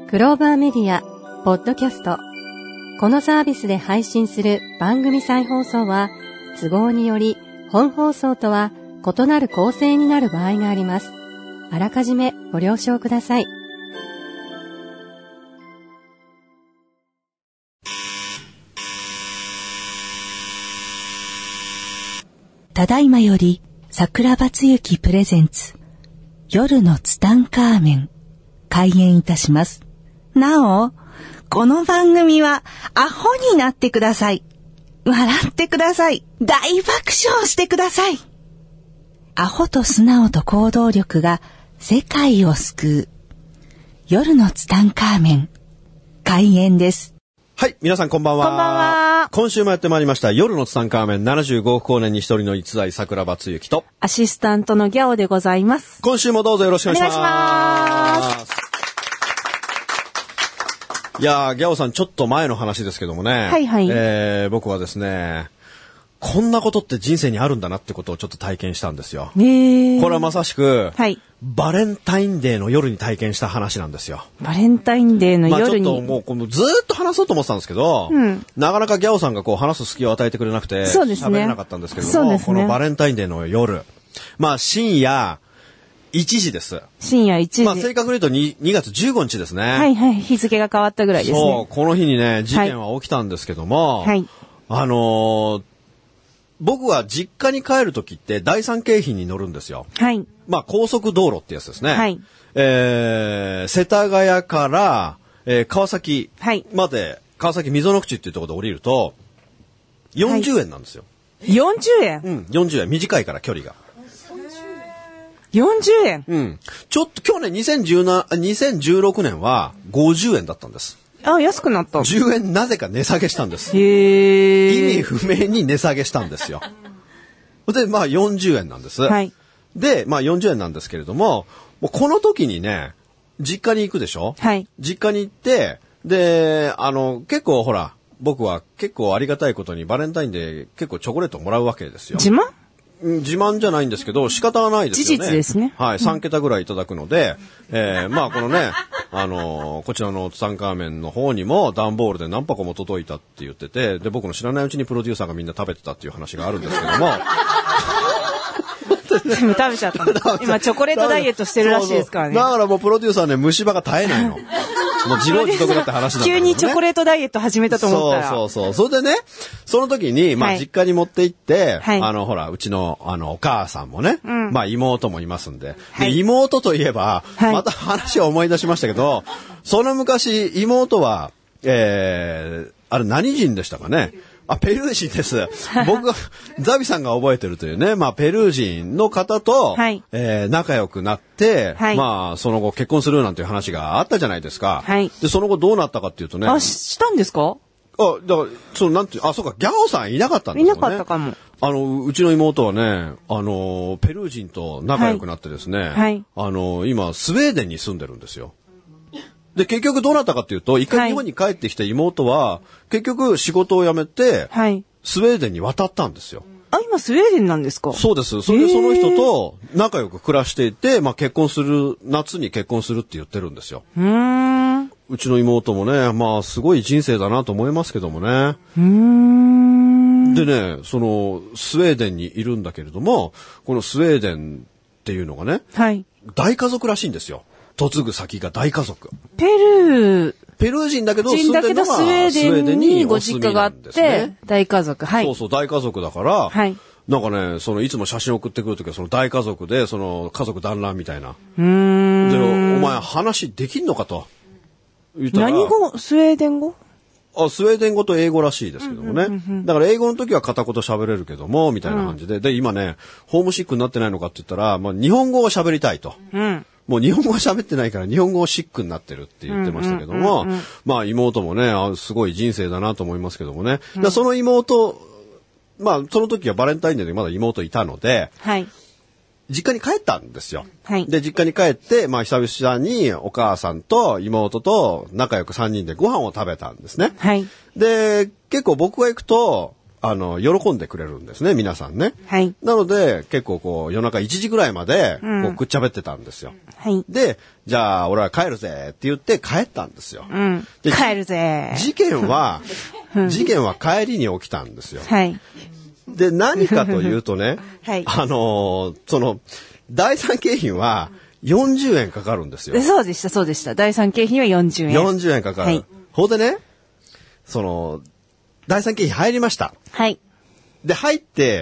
クローバーメディアポッドキャスト、このサービスで配信する番組再放送は都合により本放送とは異なる構成になる場合があります。あらかじめご了承ください。 ただいまより桜庭つゆきプレゼンツ夜のツタンカーメン開演いたします。なお、この番組はアホになってください。笑ってください。大爆笑してください。アホと素直と行動力が世界を救う夜のツタンカーメン開演です。 はい、皆さんこんばんは。 こんばんは。 今週もやってまいりました夜のツタンカーメン75億光年に一人の逸材桜庭つゆきとアシスタントのギャオでございます。 今週もどうぞよろしくお願いします。 お願いします。 いやー、ギャオさんちょっと前の話ですけどもね、 はいはい、 僕はですね、こんなことって人生にあるんだなってことをちょっと体験したんですよ。これはまさしく、 はい、 バレンタインデーの夜に体験した話なんですよ。 バレンタインデーの夜に、 ちょっともうこのずーっと話そうと思ってたんですけど、なかなかギャオさんがこう話す隙を与えてくれなくて、 そうですね、 喋れなかったんですけども、 そうですね、 このバレンタインデーの夜、深夜1時です。 深夜1時。 正確に言うと 2月15日ですね。 はいはい。日付が変わったぐらいですね。 そう、この日にね、事件は起きたんですけども、 はい、 僕は実家に帰るときって第三京浜に乗るんですよ。 はい。 高速道路ってやつですね。 はい。 世田谷から、川崎まで、はい、川崎溝の口っていうところで降りると、40円なんですよ。 はい、40円？ うん、40円。短いから距離が。 40円？ うん。ちょっと去年2016年は50円だったんです。 あ、安くなった。 10円なぜか値下げしたんです。 へー。 意味不明に値下げしたんですよ。で、40円なんです。 はい。 で、40円なんですけれども、もうこの時にね、実家に行くでしょ？ はい。 実家に行って、で、結構ほら、僕は結構ありがたいことにバレンタインで結構チョコレートもらうわけですよ。 自慢じゃないんですけど、仕方がないですよね。 事実ですね。 はい、3桁ぐらいいただくので、このね、こちらのツタンカーメンの方にも段ボールで何箱も届いたって言ってて、で、僕の知らないうちにプロデューサーがみんな食べてたっていう話があるんですけども、 全部食べちゃったの。今チョコレートダイエットしてるらしいですからね。 だからもうプロデューサーね、虫歯が絶えないの。もう自業自得だって話なんだけどね。 急にチョコレートダイエット始めたと思ったら。 そう。それでね、その時に、 はい、 実家に持って行って、 はい、 ほら、うちの、お母さんもね、妹もいますんで。 はい、 で、妹といえば、 はい、 また話を思い出しましたけど、その昔、妹は、あれ何人でしたかね。ペルー人です。僕が、ザビさんが覚えてるというね、ペルー人の方と、 はい、 仲良くなって、 はい、 その後結婚するなんていう話があったじゃないですか。 はい、 で、その後どうなったかっていうとね。 したんですか？ だから、なんて、そうか、ギャオさんいなかったんですよね。 いなかったかも。 うちの妹はね、ペルー人と仲良くなってですね、 はい、 今、スウェーデンに住んでるんですよ。で、結局どうなったかっていうと、一回日本に帰ってきた妹は、結局仕事を辞めて、 はい、 スウェーデンに渡ったんですよ。 今スウェーデンなんですか？ そうです。それでその人と仲良く暮らしていて、夏に結婚するって言ってるんですよ。うちの妹もね、すごい人生だなと思いますけどもね。でね、スウェーデンにいるんだけれども、このスウェーデンっていうのがね、 はい、 大家族らしいんですよ。嫁ぐ先が大家族。 ペルー人だけど住んでるのがスウェーデンにご実家があって、大家族。はい。 そう、大家族だから、 はい。 なんかね、いつも写真送ってくるときはその大家族で、家族団らんみたいな。で、お前話できんのかと言ったら。 何語？スウェーデン語？ スウェーデン語と英語らしいですけどもね。だから英語の時は片言喋れるけども、みたいな感じで。で、今ね、ホームシックになってないのかって言ったら、日本語を喋りたいと。もう日本語は喋ってないから日本語をシックになってるって言ってましたけども、妹もね、すごい人生だなと思いますけどもね。その妹、その時はバレンタインデーでまだ妹いたので、 はい、 実家に帰ったんですよ。 はい、 で、実家に帰って、久々にお母さんと妹と仲良く3人でご飯を食べたんですね。 はい、 で、結構僕が行くと、 喜んでくれるんですね、皆さんね。 はい。 なので、結構こう、夜中1時ぐらいまで、こう、くっちゃべってたんですよ。 はい。 で、じゃあ、俺は帰るぜって言って帰ったんですよ。 で帰るぜ。 事件は帰りに起きたんですよ。 はい。 で、何かというとね、 はい。 第三京浜は40円かかるんですよ。 そうでした。第三京浜は40円。 40円かかる。はい。ほんでね、第三京浜入りました。 はい。 で、入って、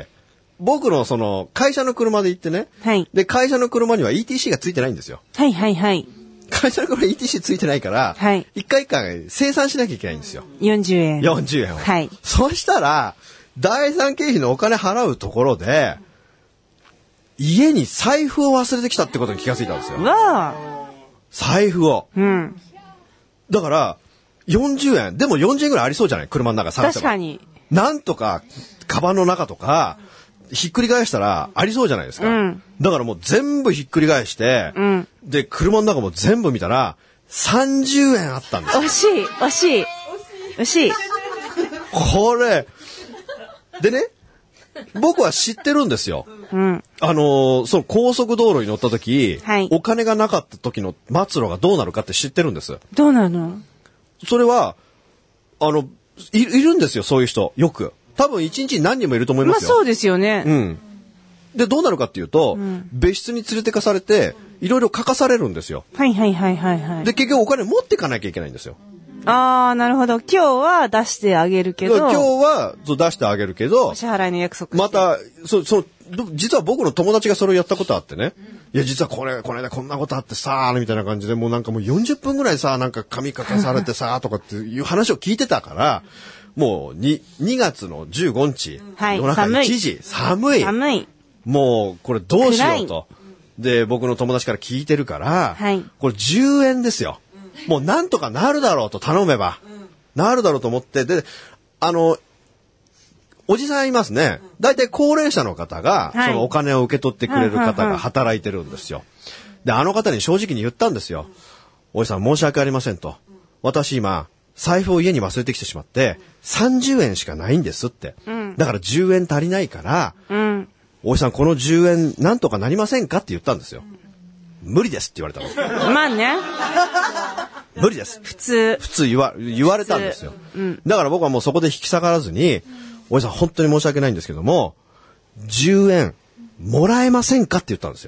僕の会社の車で行ってね。 はい。 で、会社の車には ETC がついてないんですよ。 はいはいはい。 会社の車に ETC ついてないから、はい。一回一回生産しなきゃいけないんですよ。 40円。 40円を。 はい。 そしたら、第三京浜のお金払うところで、家に財布を忘れてきたってことに気がついたんですよ。 わあ。 財布を。 うん。 だから、40円。でも40円ぐらいありそうじゃない？車の中探せば。 確かに。 なんとか、カバンの中とか、ひっくり返したらありそうじゃないですか。うん、だからもう全部ひっくり返して、うん、で、車の中も全部見たら、30円あったんですよ。 惜しい。 これ、でね、僕は知ってるんですよ。うん、その高速道路に乗った時、はい、お金がなかった時の末路がどうなるかって知ってるんです。 どうなの？ それは、いるんですよ、そういう人。よく。多分一日に何人もいると思いますよ。 まあそうですよね。 うん。で、どうなるかっていうと、別室に連れてかされて、いろいろ書かされるんですよ。 はい。 で、結局お金持ってかなきゃいけないんですよ。 ああ、なるほど。今日は出してあげるけど。 今日は出してあげるけど。 お支払いの約束して。 また、実は僕の友達がそれをやったことあってね。いや、実はこの間こんなことあってさ、みたいな感じで、もうなんかもう40分ぐらいさ、なんか紙書かされてさ、とかっていう話を聞いてたから、もう2月の15日、はい、夜中1時、寒い。もうこれどうしようと。で、僕の友達から聞いてるから、はい、これ10円ですよ。もうなんとかなるだろうと頼めば。なるだろうと思って、で、おじさんいますね。大体高齢者の方が、はい、そのお金を受け取ってくれる方が働いてるんですよ。で、あの方に正直に言ったんですよ。おじさん申し訳ありませんと。私今、財布を家に忘れてきてしまって、30円しかないんですって。うん、だから10円足りないから、うん、おじさんこの10円なんとかなりませんかって言ったんですよ。無理ですって言われたの。 まあね。 無理です。 普通言われたんですよ。うん、だから僕はもうそこで引き下がらずに、おじさん本当に申し訳ないんですけども、10円もらえませんかって言ったんですよ。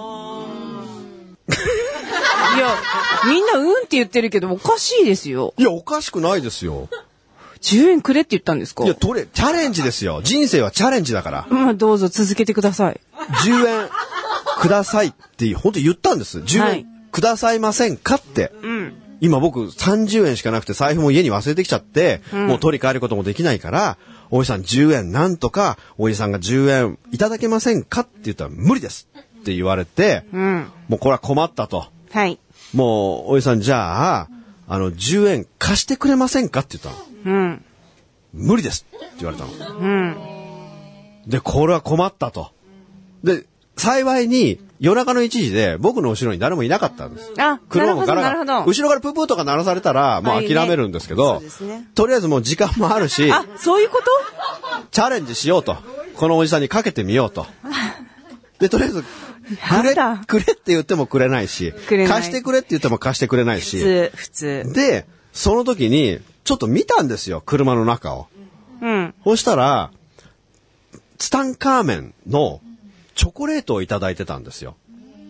いや、みんなうんって言ってるけどおかしいですよ。 いや、おかしくないですよ。 10円くれって言ったんですか？ いや、チャレンジですよ。人生はチャレンジだから。 まあ、どうぞ続けてください。 10円くださいって本当に言ったんです。10円くださいませんかって。うん、今僕30円しかなくて財布も家に忘れてきちゃって、もう取り替えることもできないから、おじさん10円なんとか、おじさんが10円いただけませんかって言ったら無理ですって言われて、もうこれは困ったと。 はい。 もう、おじさんじゃあ、10円貸してくれませんかって言ったの。無理ですって言われたの。で、これは困ったと。で、幸いに夜中の1時で僕の後ろに誰もいなかったんです。 あ、車もガラガラ。 後ろからプープーとか鳴らされたらもう諦めるんですけど、とりあえずもう時間もあるし、 あ、そういうこと？ チャレンジしようと。このおじさんにかけてみようと。で、とりあえず、くれって言ってもくれないし、貸してくれって言っても貸してくれないし。 普通。 で、その時に、ちょっと見たんですよ、車の中を。そしたら、ツタンカーメンのチョコレートをいただいてたんですよ。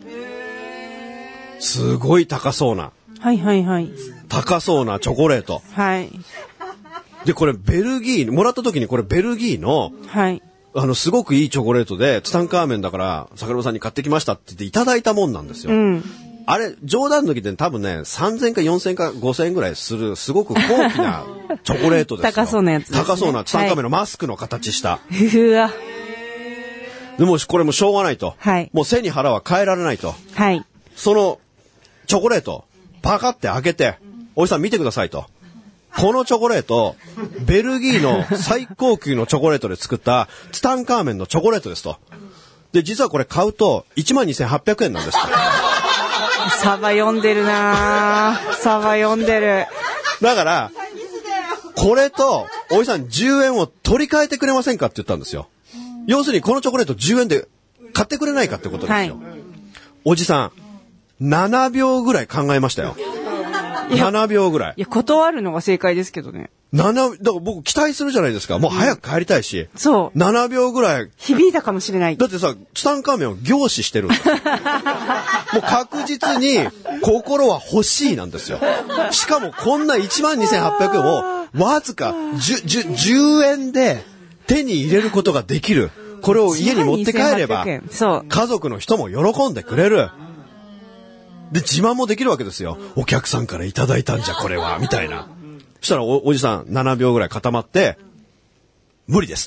すごい高そうな。 はい。 高そうなチョコレート。 はい。 で、これもらった時にこれベルギーの、はい。すごくいいチョコレートで、ツタンカーメンだから、桜庭さんに買ってきましたって言っていただいたもんなんですよ。あれ、冗談の時で多分ね、3000か4000か5000円ぐらいする、すごく高貴なチョコレートですよ。 高そうなやつですね。 高そうな、ツタンカーメンのマスクの形した。 うわ。 でも、これもしょうがないと。 はい。 もう背に腹は変えられないと。 はい。 その、チョコレート、パカって開けて、おじさん見てくださいと。このチョコレート、ベルギーの最高級のチョコレートで作ったツタンカーメンのチョコレートですと。で、実はこれ買うと 12,800 円なんですと。 サバ読んでるなぁ。サバ読んでる。 だから、これとおじさん10円を取り替えてくれませんかって言ったんですよ。要するにこのチョコレート10円で買ってくれないかってことですよ。おじさん、7秒ぐらい考えましたよ。7秒ぐらい。 いや、断るのが正解ですけどね。 だから僕期待するじゃないですか。もう早く帰りたいし。 そう。 7秒ぐらい。 響いたかもしれない。 だってさ、ツタンカーメンを凝視してるんですよ。もう確実に心は欲しいなんですよ。しかもこんな 12,800 円をわずか 10円で手に入れることができる。これを家に持って帰れば、家族の人も喜んでくれる。で、自慢もできるわけですよ。お客さんからいただいたんじゃこれは、みたいな。そしたら おじさん7秒ぐらい固まって、無理です。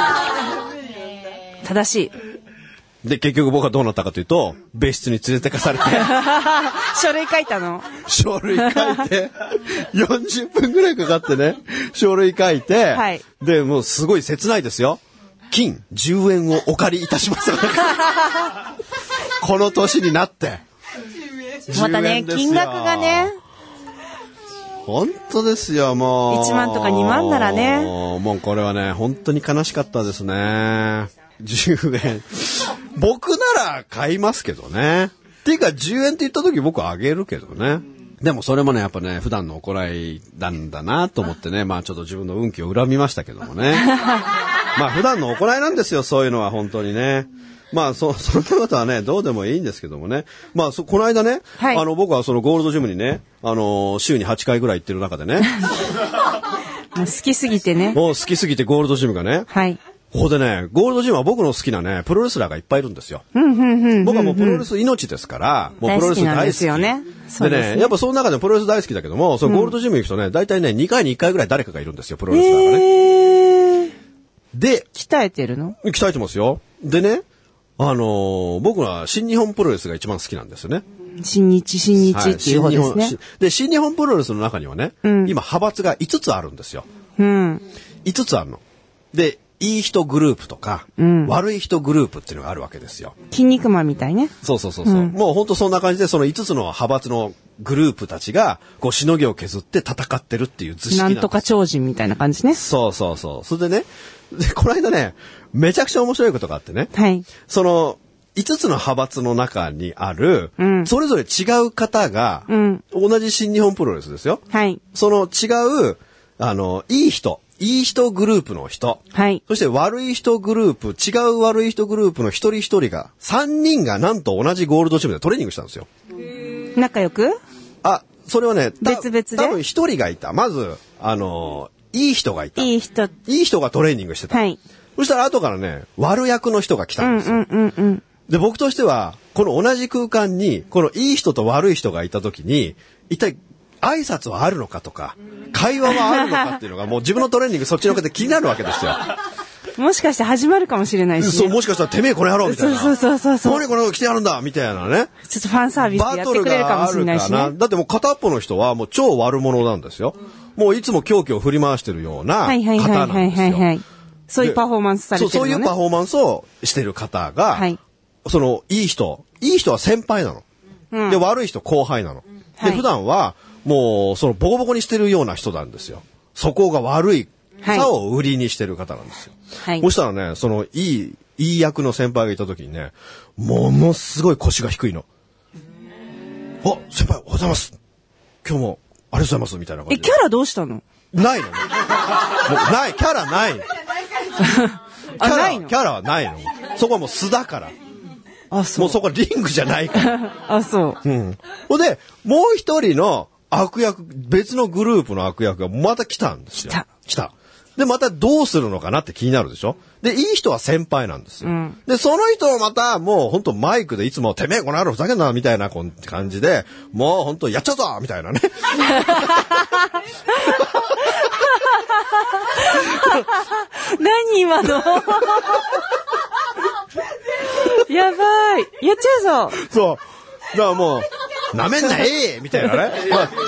正しい。 で、結局僕はどうなったかというと、別室に連れてかされて。 書類書いたの？ 書類書いて、40分ぐらいかかってね、書類書いて、はい、で、もうすごい切ないですよ。金10円をお借りいたします。この年になって。 またね、金額がね。 本当ですよ、もう。 1万とか2万ならね。 もうこれはね、本当に悲しかったですね。10円。僕なら買いますけどね。っていうか10円って言った時僕あげるけどね。でもそれもね、やっぱね、普段の行いなんだなと思ってね、まあちょっと自分の運気を恨みましたけどもね。まあ普段の行いなんですよ、そういうのは本当にね。まあそんなことはね、どうでもいいんですけどもね。まあこの間ね、はい、僕はそのゴールドジムにね、週に8回ぐらい行ってる中でね。 もう好きすぎてね。 もう好きすぎてゴールドジムがね。 はい。 ここでね、ゴールドジムは僕の好きなね、プロレスラーがいっぱいいるんですよ。僕はもうプロレス命ですから、もうプロレス大好き。 なんですよね。 でね、やっぱその中でプロレス大好きだけども、そのゴールドジム行くとね、大体ね、2回に1回ぐらい誰かがいるんですよ、プロレスラーがね。で、 鍛えてるの？ 鍛えてますよ。でね、僕は新日本プロレスが一番好きなんですよね。 新日っていう方ですね。 で、新日本プロレスの中にはね、今派閥が5つあるんですよ。5つあるの。で、いい人グループとか、悪い人グループっていうのがあるわけですよ。 筋肉マンみたいね。 そう。もう本当そんな感じで、その5つの派閥のグループたちが、こう、しのぎを削って戦ってるっていう図式なんです。 なんとか超人みたいな感じね。 そう。それでね、この間ね、めちゃくちゃ面白いことがあってね。 はい。 その、5つの派閥の中にある、それぞれ違う方が、同じ新日本プロレスですよ。 はい。 その違う、いい人グループの人。 はい。 そして悪い人グループ、違う悪い人グループの一人一人が、3人がなんと同じゴールドジムでトレーニングしたんですよ。 仲良く？ それはね、 別々で多分一人がいた。まず、いい人がいた。 いい人がトレーニングしてた。 はい。 そしたら後からね、悪役の人が来たんですよ。で、僕としては、この同じ空間に、このいい人と悪い人がいたときに、一体、挨拶はあるのかとか、会話はあるのかっていうのが、もう自分のトレーニングそっちの方で気になるわけですよ。 もしかして始まるかもしれないし、ね。 そう、もしかしたらてめえこれやろうみたいな。 そう。 何これ来てやるんだみたいなね。 ちょっとファンサービスやってくれるかもしれないし、ね。 だってもう片っぽの人はもう超悪者なんですよ。もういつも狂気を振り回してるような方なんですよ。 そういうパフォーマンスされてるのね。 そういうパフォーマンスをしてる方が、はい、そのいい人は先輩なの。で、悪い人後輩なの。で、普段はもうそのボコボコにしてるような人なんですよ。そこが悪いさを売りにしてる方なんですよ。はい。そしたらね、そのいい役の先輩がいた時にね、ものすごい腰が低いの。先輩おはようございます。今日もありがとうございますみたいな感じで。 キャラどうしたの？ ないの。もうない、キャラないの。キャラはないの。そこはもう素だから。もうそこはリングじゃないから。 そう。 ほんで、もう一人の悪役、別のグループの悪役がまた来たんですよ。来た。で、またどうするのかなって気になるでしょ？で、いい人は先輩なんですよ。で、その人はまたもう本当マイクでいつもてめえこの野郎ふざけんなみたいな感じで、もう本当やっちゃうぞみたいなね。 何今のやばい。やっちゃうぞ。 そう。だからもう、なめんなみたいなね。まあ、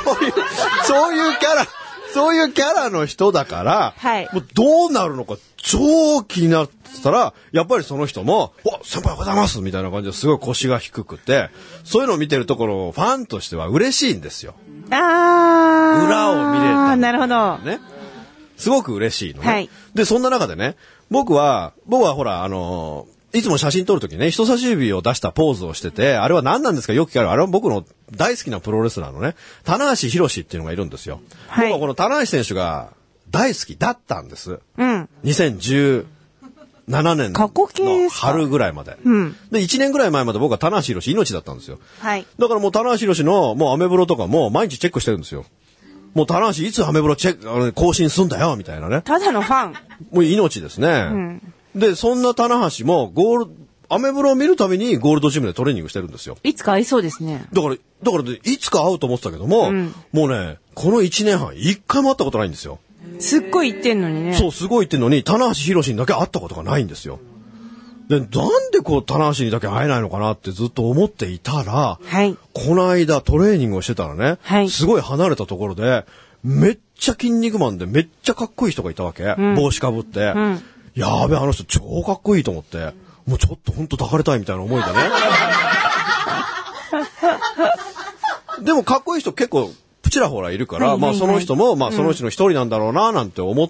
そういうキャラの人だから、はい、もうどうなるのか超気になってたら、やっぱりその人も、先輩おはようございますみたいな感じですごい腰が低くて、そういうのを見てるところ、ファンとしては嬉しいんですよ。裏を見れた。 なるほど。 ね。 すごく嬉しいのね。 はい。 で、そんな中でね、僕はほら、いつも写真撮るときね、人差し指を出したポーズをしてて、あれは何なんですかよく聞かれる。あれは僕の大好きなプロレスラーのね、棚橋宏っていうのがいるんですよ。 はい。 僕はこの棚橋選手が大好きだったんです。 うん。 2017年過去形のですか春ぐらいまで。 うん。 で、1年ぐらい前まで僕は棚橋宏命だったんですよ。 はい。 だからもう棚橋宏のもうアメブロとかも毎日チェックしてるんですよ。もう棚橋いつアメブロ更新すんだよみたいなね。 ただのファン。 もう命ですね。 んで、そんな棚橋もアメブロを見るたびにゴールドジムでトレーニングしてるんですよ。 いつか会いそうですね。 だからね、いつか会うと思ってたけども、もうね、この1年半一回も会ったことないんですよ。 すっごい言ってんのにね。 そう、すごい言ってんのに、棚橋宏にだけ会ったことがないんですよ。で、なんで棚橋にだけ会えないのかなってずっと思っていたら、 はい。この間トレーニングをしてたらね、 はい。 すごい離れたところで、めっちゃ筋肉マンでめっちゃかっこいい人がいたわけ。帽子かぶって。やべえ、あの人超かっこいいと思って、もうちょっとほんと抱かれたいみたいな思いでね。でもかっこいい人結構プチラホラいるから、まあその人も、まあその人の一人なんだろうななんて思って、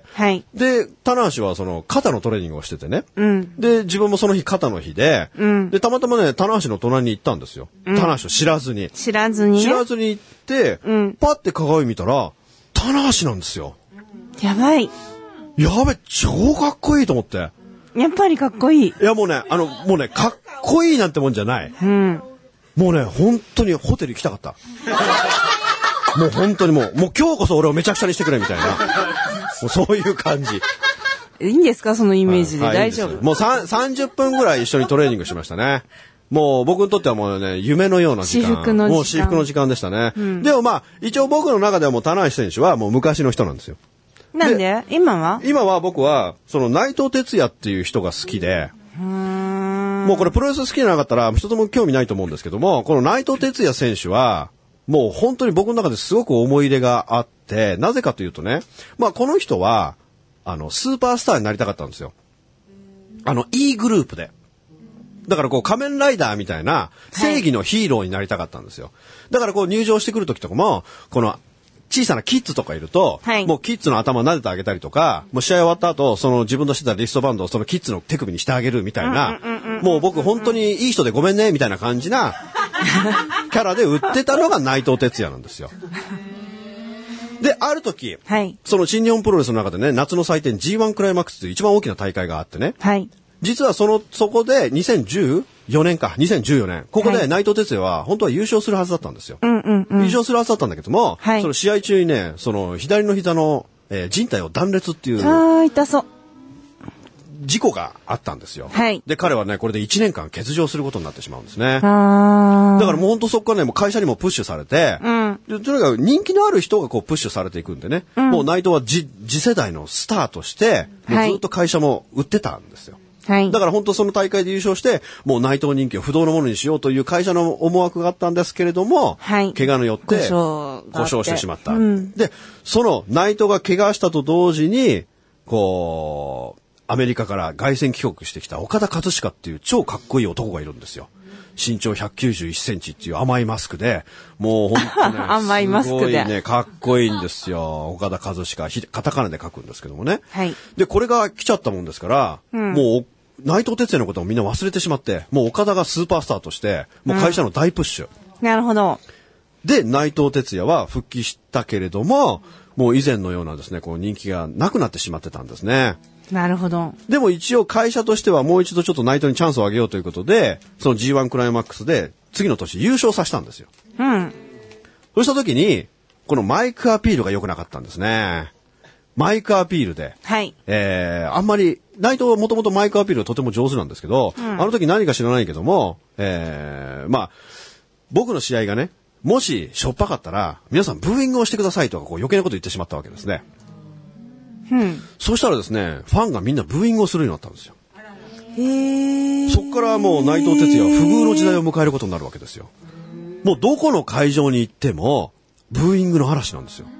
はい。 で、棚橋はその肩のトレーニングをしててね。で、自分もその日肩の日で、で、たまたまね、棚橋の隣に行ったんですよ。棚橋を知らずに。 知らずにね。 知らずに行って、パッて鏡見たら、棚橋なんですよ。 やばい。 やべ、超かっこいいと思って。 やっぱりかっこいい。 いやもうね、かっこいいなんてもんじゃない。もうね、本当にホテル行きたかった。もう本当にもう今日こそ俺をめちゃくちゃにしてくれみたいな。もうそういう感じ。 いいんですかそのイメージで、大丈夫。 もう30分ぐらい一緒にトレーニングしましたね。もう僕にとってはもうね、夢のような時間。 至福の時間。 もう至福の時間でしたね。でもまあ、一応僕の中ではもう棚橋選手はもう昔の人なんですよ。 なんで今は僕は、その内藤哲也っていう人が好きで、もうこれプロレス好きじゃなかったら一つも興味ないと思うんですけども、この内藤哲也選手は、もう本当に僕の中ですごく思い入れがあって、なぜかというとね、まあこの人は、スーパースターになりたかったんですよ。E グループで。だから仮面ライダーみたいな正義のヒーローになりたかったんですよ。だから入場してくる時とかも、この小さなキッズとかいると、もうキッズの頭撫でてあげたりとか、もう試合終わった後、その自分のしてたリストバンドをそのキッズの手首にしてあげるみたいな、もう僕本当にいい人でごめんね、みたいな感じなキャラで売ってたのが内藤哲也なんですよ。で、ある時、その新日本プロレスの中でね、夏の祭典 G1 クライマックスという一番大きな大会があってね、実はそこで2014年、ここで内藤哲也は本当は優勝するはずだったんですよ。優勝するはずだったんだけども、その試合中にね、その左の膝の、靭帯を断裂っていう、 痛そう。 事故があったんですよ。で、彼はね、これで1年間欠場することになってしまうんですね。だからもう本当そこからね、もう会社にもプッシュされて、でとにかく人気のある人がプッシュされていくんでね、もう内藤は次世代のスターとして、もうずっと会社も売ってたんですよ。だから本当その大会で優勝して、もう内藤人気を不動のものにしようという会社の思惑があったんですけれども、怪我によって故障してしまった。で、その内藤が怪我したと同時に、アメリカから凱旋帰国してきた岡田和親っていう超かっこいい男がいるんですよ。身長191センチっていう甘いマスクで、もう本当ね、 甘いマスクで。 すごいね、かっこいいんですよ。岡田和親、カタカナで書くんですけどもね。で、これが来ちゃったもんですから、もう、内藤哲也のことをみんな忘れてしまって、もう岡田がスーパースターとして、もう会社の大プッシュ。 なるほど。 で、内藤哲也は復帰したけれども、もう以前のようなですね、人気がなくなってしまってたんですね。 なるほど。 でも一応会社としてはもう一度ちょっと内藤にチャンスをあげようということで、その G1 クライマックスで次の年優勝させたんですよ。そうした時に、このマイクアピールが良くなかったんですね。マイクアピールで。あんまり、内藤はもともとマイクアピールがとても上手なんですけど、あの時何か知らないけども、まあ、僕の試合がね、もししょっぱかったら、皆さんブーイングをしてくださいとか余計なこと言ってしまったわけですね。そうしたらですね、ファンがみんなブーイングをするようになったんですよ。そこからもう内藤哲也は不遇の時代を迎えることになるわけですよ。もうどこの会場に行っても、ブーイングの嵐なんですよ。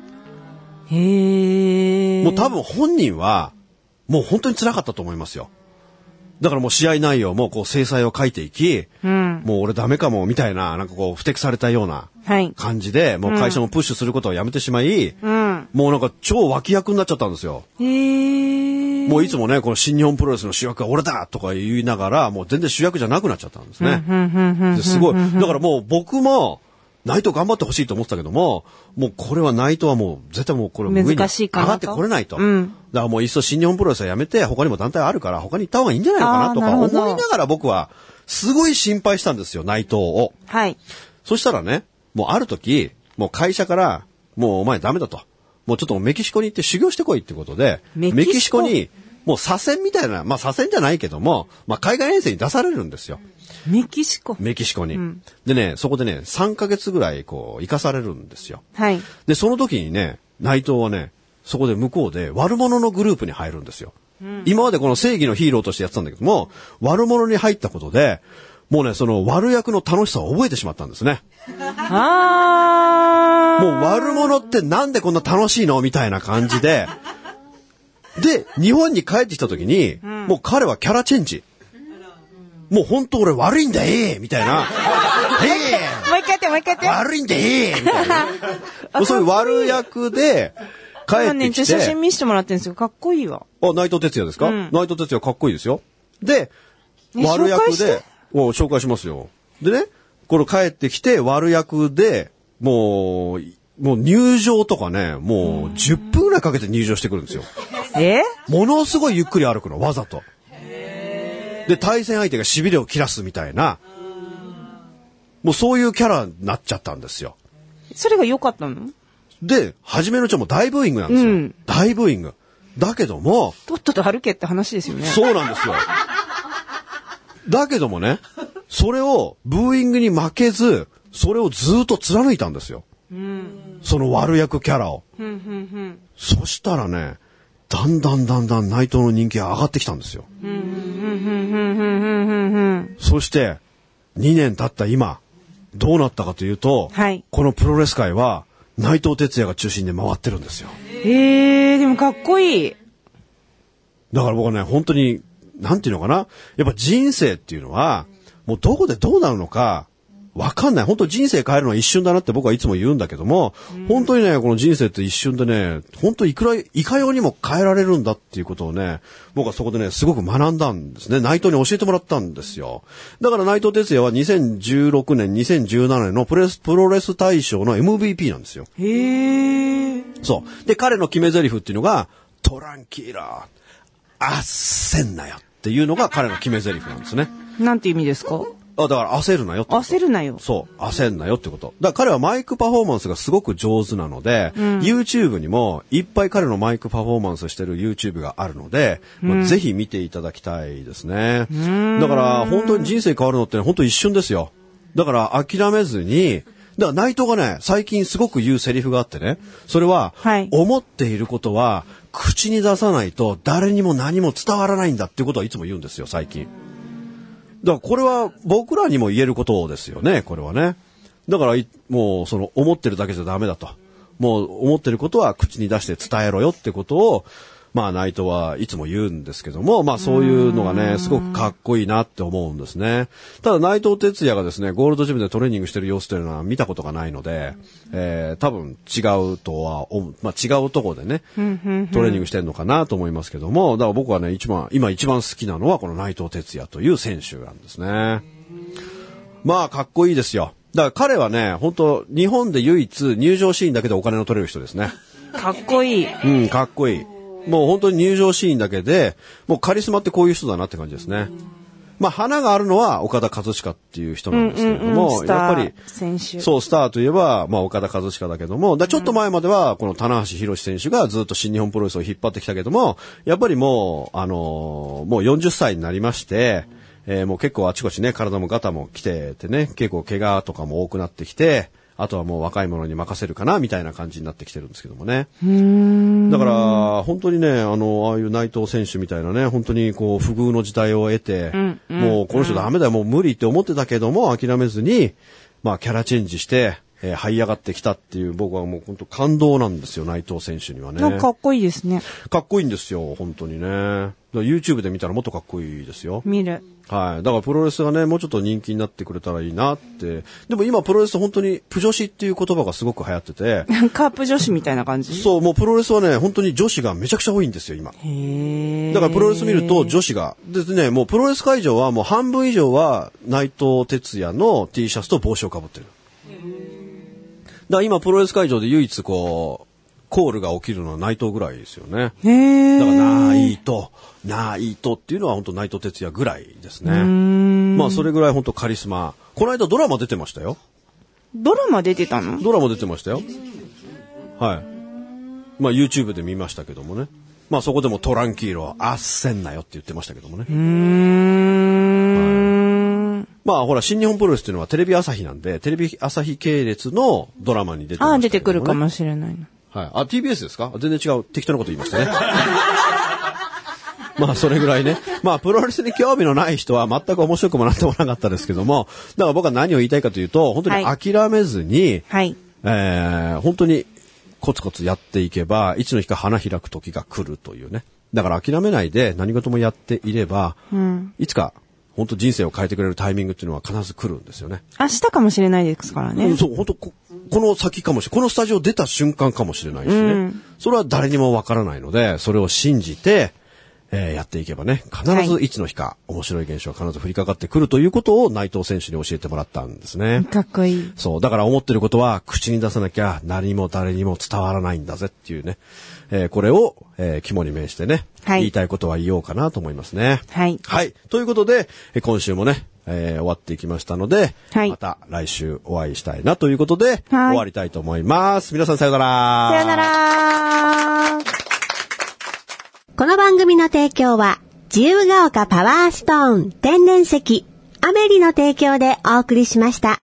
もう多分本人は、もう本当に辛かったと思いますよ。だからもう試合内容も制裁を書いていき、もう俺ダメかもみたいな、なんか不適されたような感じで、もう会社もプッシュすることをやめてしまい、 もうなんか超脇役になっちゃったんですよ。もういつもね、この新日本プロレスの主役は俺だとか言いながら、もう全然主役じゃなくなっちゃったんですね。すごい。だからもう僕も、内藤頑張ってほしいと思ってたけども、もうこれは内藤はもう絶対もうこれ上に上がってこれないと。だからもういっそ新日本プロレスはやめて、他にも団体あるから他に行った方がいいんじゃないのかなとか思いながら僕はすごい心配したんですよ、内藤を。 はい。 そしたらね、もうある時、もう会社から、もうお前ダメだと。もうちょっとメキシコに行って修行してこいってことで、メキシコに、もう左遷みたいな、まあ左遷じゃないけども、まあ海外遠征に出されるんですよ。 メキシコに。でね、そこでね、3ヶ月ぐらいこう、行かされるんですよ。 はい。 で、その時にね、内藤はね、そこで向こうで悪者のグループに入るんですよ。今までこの正義のヒーローとしてやってたんだけども、悪者に入ったことで、もうね、その悪役の楽しさを覚えてしまったんですね。もう悪者ってなんでこんな楽しいのみたいな感じで、で、日本に帰ってきた時に、もう彼はキャラチェンジ。もう本当俺悪いんだみたいな。 もう一回やって。 悪いんだみたいな。そういう悪役で帰ってきて。 写真見せてもらってるんですよ。かっこいいわ。 あ、内藤哲也ですか？内藤哲也かっこいいですよ。で、悪役で、紹介しますよ。でね、これ帰ってきて悪役で、もう入場とかね、もう10分ぐらいかけて入場してくるんですよ。ものすごいゆっくり歩くの、わざと。で、対戦相手が痺れを切らすみたいな、もうそういうキャラになっちゃったんですよ。 それが良かったの？ で、初めのうちはもう大ブーイングなんですよ。大ブーイング。だけども、 とっとと歩けって話ですよね。 そうなんですよ。だけどもね、それをブーイングに負けず、それをずっと貫いたんですよ。その悪役キャラを。そしたらね、だんだん内藤の人気が上がってきたんですよ。そして、2年経った今、どうなったかというと、このプロレス界は、内藤哲也が中心で回ってるんですよ。 でもかっこいい。 だから僕はね、本当に、なんていうのかな。やっぱ人生っていうのは、もうどこでどうなるのか、わかんない。本当人生変えるのは一瞬だなって僕はいつも言うんだけども、本当にね、この人生って一瞬でね、本当いかようにも変えられるんだっていうことをね、僕はそこでね、すごく学んだんですね。内藤に教えてもらったんですよ。だから内藤哲也は2016年、2017年のプロレス大賞の MVP なんですよ。そう。で、彼の決め台詞っていうのが、トランキーラー、焦んなよっていうのが彼の決め台詞なんですね。 なんて意味ですか？ だから焦るなよってこと。 焦るなよ。 そう。焦んなよってこと。だから彼はマイクパフォーマンスがすごく上手なので、YouTube にもいっぱい彼のマイクパフォーマンスしてる YouTube があるので、ぜひ見ていただきたいですね。だから本当に人生変わるのって本当一瞬ですよ。だから諦めずに、だから内藤がね、最近すごく言うセリフがあってね、それは、思っていることは口に出さないと誰にも何も伝わらないんだっていうことはいつも言うんですよ、最近。だからこれは僕らにも言えることですよね、これはね。だからもうその思ってるだけじゃダメだと。もう思ってることは口に出して伝えろよってことを、まあ内藤はいつも言うんですけども、まあそういうのがね、すごくかっこいいなって思うんですね。ただ内藤哲也がですね、ゴールドジムでトレーニングしてる様子というのは見たことがないので、多分違うとは、まあ違うところでね、トレーニングしてるのかなと思いますけども、だから僕はね、今一番好きなのはこの内藤哲也という選手なんですね。まあかっこいいですよ。だから彼はね、本当日本で唯一入場シーンだけでお金の取れる人ですね。 かっこいい。 かっこいい。もう本当に入場シーンだけで、もうカリスマってこういう人だなって感じですね。まあ花があるのは岡田和親っていう人なんですけれども、やっぱり、そう、スターといえば、まあ岡田和親だけども、ちょっと前まではこの棚橋宏選手がずっと新日本プロレスを引っ張ってきたけども、やっぱりもう、もう40歳になりまして、もう結構あちこちね、体もガタも来ててね、結構怪我とかも多くなってきて、あとはもう若い者に任せるかなみたいな感じになってきてるんですけどもね。だから本当にね、ああいう内藤選手みたいなね、本当にこう不遇の時代を得て、もうこの人ダメだよ、もう無理って思ってたけども諦めずに、まあキャラチェンジして這い上がってきたっていう僕はもう本当感動なんですよ、内藤選手にはね。 なんかかっこいいですね。 かっこいいんですよ、本当にね。だから YouTube で見たらもっとかっこいいですよ。 見る。 はい。だからプロレスがね、もうちょっと人気になってくれたらいいなって。でも今プロレス本当にプ女子っていう言葉がすごく流行ってて。 カープ女子みたいな感じ？ そう、もうプロレスはね、本当に女子がめちゃくちゃ多いんですよ、今。 へー。 だからプロレス見ると女子が。でね、もうプロレス会場はもう半分以上は内藤哲也の T シャツと帽子をかぶってる。だから今プロレス会場で唯一こう、コールが起きるのは内藤ぐらいですよね。 へー。 だからナイトっていうのは本当内藤哲也ぐらいですね。まあそれぐらい本当カリスマ。この間ドラマ出てましたよ。 ドラマ出てたの？ ドラマ出てましたよ。はい。まあ YouTube で見ましたけどもね。まあそこでもトランキーロ、あっせんなよって言ってましたけどもね。はい、まあほら新日本プロレスっていうのはテレビ朝日なんで、テレビ朝日系列のドラマに出てましたけどもね。 出てくるかもしれないな。 はい。あ、TBS ですか？全然違う。適当なこと言いましたね。まあ、それぐらいね。まあ、プロレスに興味のない人は全く面白くもなってもなかったですけども、だから僕は何を言いたいかというと、本当に諦めずに、 はい。 本当にコツコツやっていけば、いつの日か花開く時が来るというね。だから諦めないで何事もやっていれば、いつか、本当人生を変えてくれるタイミングっていうのは必ず来るんですよね。 明日かもしれないですからね。 そう、本当この先かもしれない。このスタジオ出た瞬間かもしれないしね。それは誰にもわからないので、それを信じて、やっていけばね、必ずいつの日か面白い現象が必ず降りかかってくるということを内藤選手に教えてもらったんですね。 かっこいい。 そう、だから思ってることは口に出さなきゃ何も誰にも伝わらないんだぜっていうね。これを、肝に銘してね、言いたいことは言おうかなと思いますね。 はい。 はい。ということで、今週もね、終わっていきましたので、また来週お会いしたいなということで、終わりたいと思います。皆さんさよなら。 さよなら。 この番組の提供は、自由が丘パワーストーン天然石、アメリの提供でお送りしました。